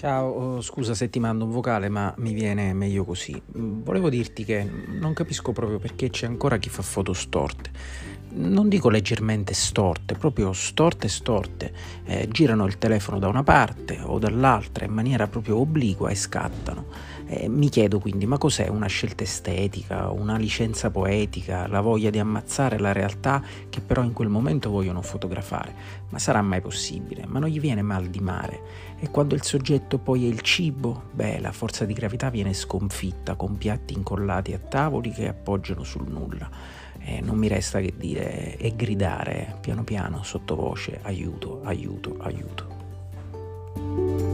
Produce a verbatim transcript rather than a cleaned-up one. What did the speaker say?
Ciao, oh, scusa se ti mando un vocale, ma mi viene meglio così. Mm, Volevo dirti che non capisco proprio perché c'è ancora chi fa foto storte. Non dico leggermente storte, proprio storte storte. Eh, girano il telefono da una parte o dall'altra in maniera proprio obliqua e scattano. Eh, mi chiedo quindi, ma cos'è una scelta estetica, una licenza poetica, la voglia di ammazzare la realtà che però in quel momento vogliono fotografare? Ma sarà mai possibile? Ma non gli viene mal di mare? E quando il soggetto poi è il cibo, beh, la forza di gravità viene sconfitta con piatti incollati a tavoli che appoggiano sul nulla. E non mi resta che dire e gridare piano piano sottovoce: aiuto, aiuto, aiuto.